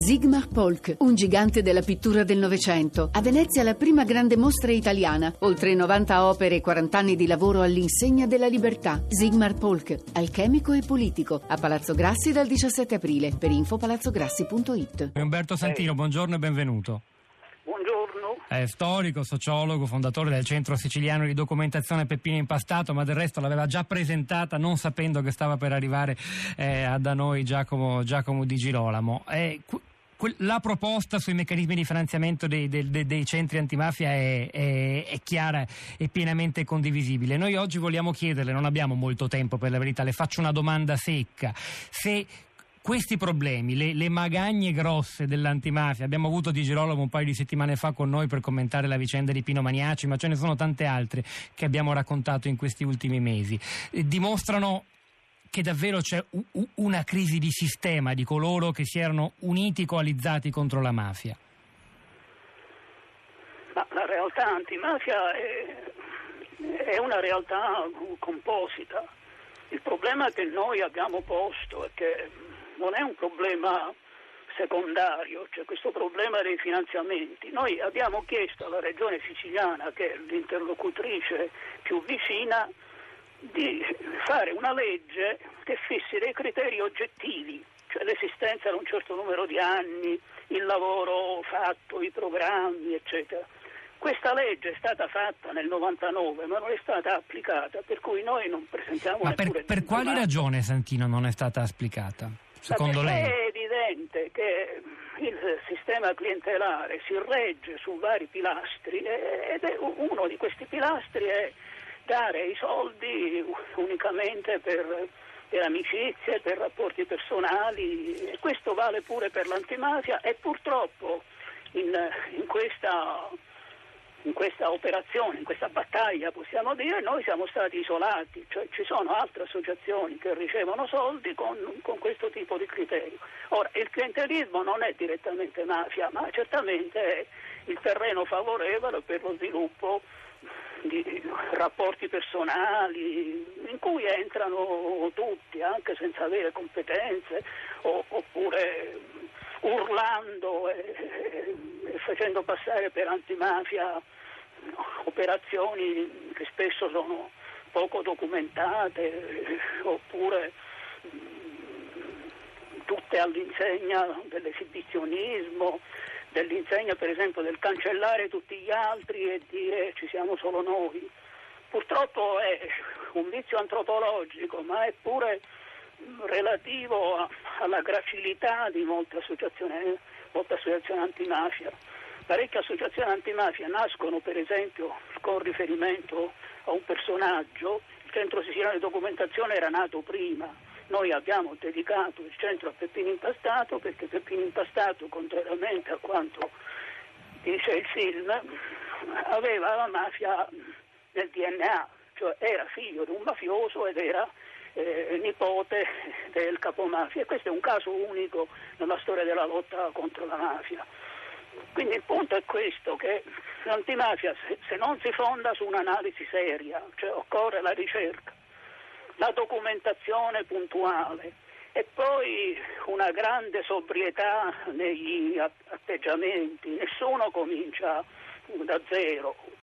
Sigmar Polk, un gigante della pittura del Novecento. A Venezia la prima grande mostra italiana. Oltre 90 opere e 40 anni di lavoro all'insegna della libertà. Sigmar Polk, alchemico e politico. A Palazzo Grassi dal 17 aprile. Per info palazzograssi.it. Umberto Santino, buongiorno e benvenuto. Buongiorno. È storico, sociologo, fondatore del Centro Siciliano di Documentazione Peppino Impastato, ma del resto l'aveva già presentata non sapendo che stava per arrivare da noi Giacomo Di Girolamo. La proposta sui meccanismi di finanziamento dei centri antimafia è chiara e pienamente condivisibile. Noi oggi vogliamo chiederle, non abbiamo molto tempo per la verità, le faccio una domanda secca: se questi problemi, le magagne grosse dell'antimafia, abbiamo avuto Di Girolamo un paio di settimane fa con noi per commentare la vicenda di Pino Maniaci, ma ce ne sono tante altre che abbiamo raccontato in questi ultimi mesi, dimostrano che davvero c'è una crisi di sistema di coloro che si erano uniti, coalizzati contro la mafia. Ma la realtà antimafia è una realtà composita. Il problema che noi abbiamo posto è che non è un problema secondario, cioè questo problema dei finanziamenti. Noi abbiamo chiesto alla Regione Siciliana, che è l'interlocutrice più vicina, di fare una legge che fissi dei criteri oggettivi, cioè l'esistenza da un certo numero di anni, il lavoro fatto, i programmi, eccetera. Questa legge è stata fatta nel 99, ma non è stata applicata, per cui noi non presentiamo neppure... Per quali ragioni, Santino, non è stata applicata, secondo lei? È evidente che il sistema clientelare si regge su vari pilastri ed uno di questi pilastri è dare i soldi unicamente per amicizie, per rapporti personali, e questo vale pure per l'antimafia, e purtroppo in questa operazione, in questa battaglia, possiamo dire, noi siamo stati isolati, cioè ci sono altre associazioni che ricevono soldi con questo tipo di criterio. Ora, il clientelismo non è direttamente mafia, ma certamente è il terreno favorevole per lo sviluppo di rapporti personali in cui entrano tutti, anche senza avere competenze, oppure urlando e facendo passare per antimafia operazioni che spesso sono poco documentate, oppure tutte all'insegna dell'esibizionismo, dell'insegna per esempio del cancellare tutti gli altri e dire ci siamo solo noi. Purtroppo è un vizio antropologico, ma è pure relativo alla gracilità di molte associazioni antimafia. Parecchie associazioni antimafia nascono per esempio con riferimento a un personaggio. Il Centro Siciliano di Documentazione era nato prima. Noi abbiamo dedicato il centro a Peppino Impastato perché Peppino Impastato, contrariamente a quanto dice il film, aveva la mafia nel DNA, cioè era figlio di un mafioso ed era nipote del capomafia, e questo è un caso unico nella storia della lotta contro la mafia. Quindi il punto è questo, che l'antimafia se non si fonda su un'analisi seria, cioè occorre la ricerca, la documentazione puntuale e poi una grande sobrietà negli atteggiamenti. Nessuno comincia da zero,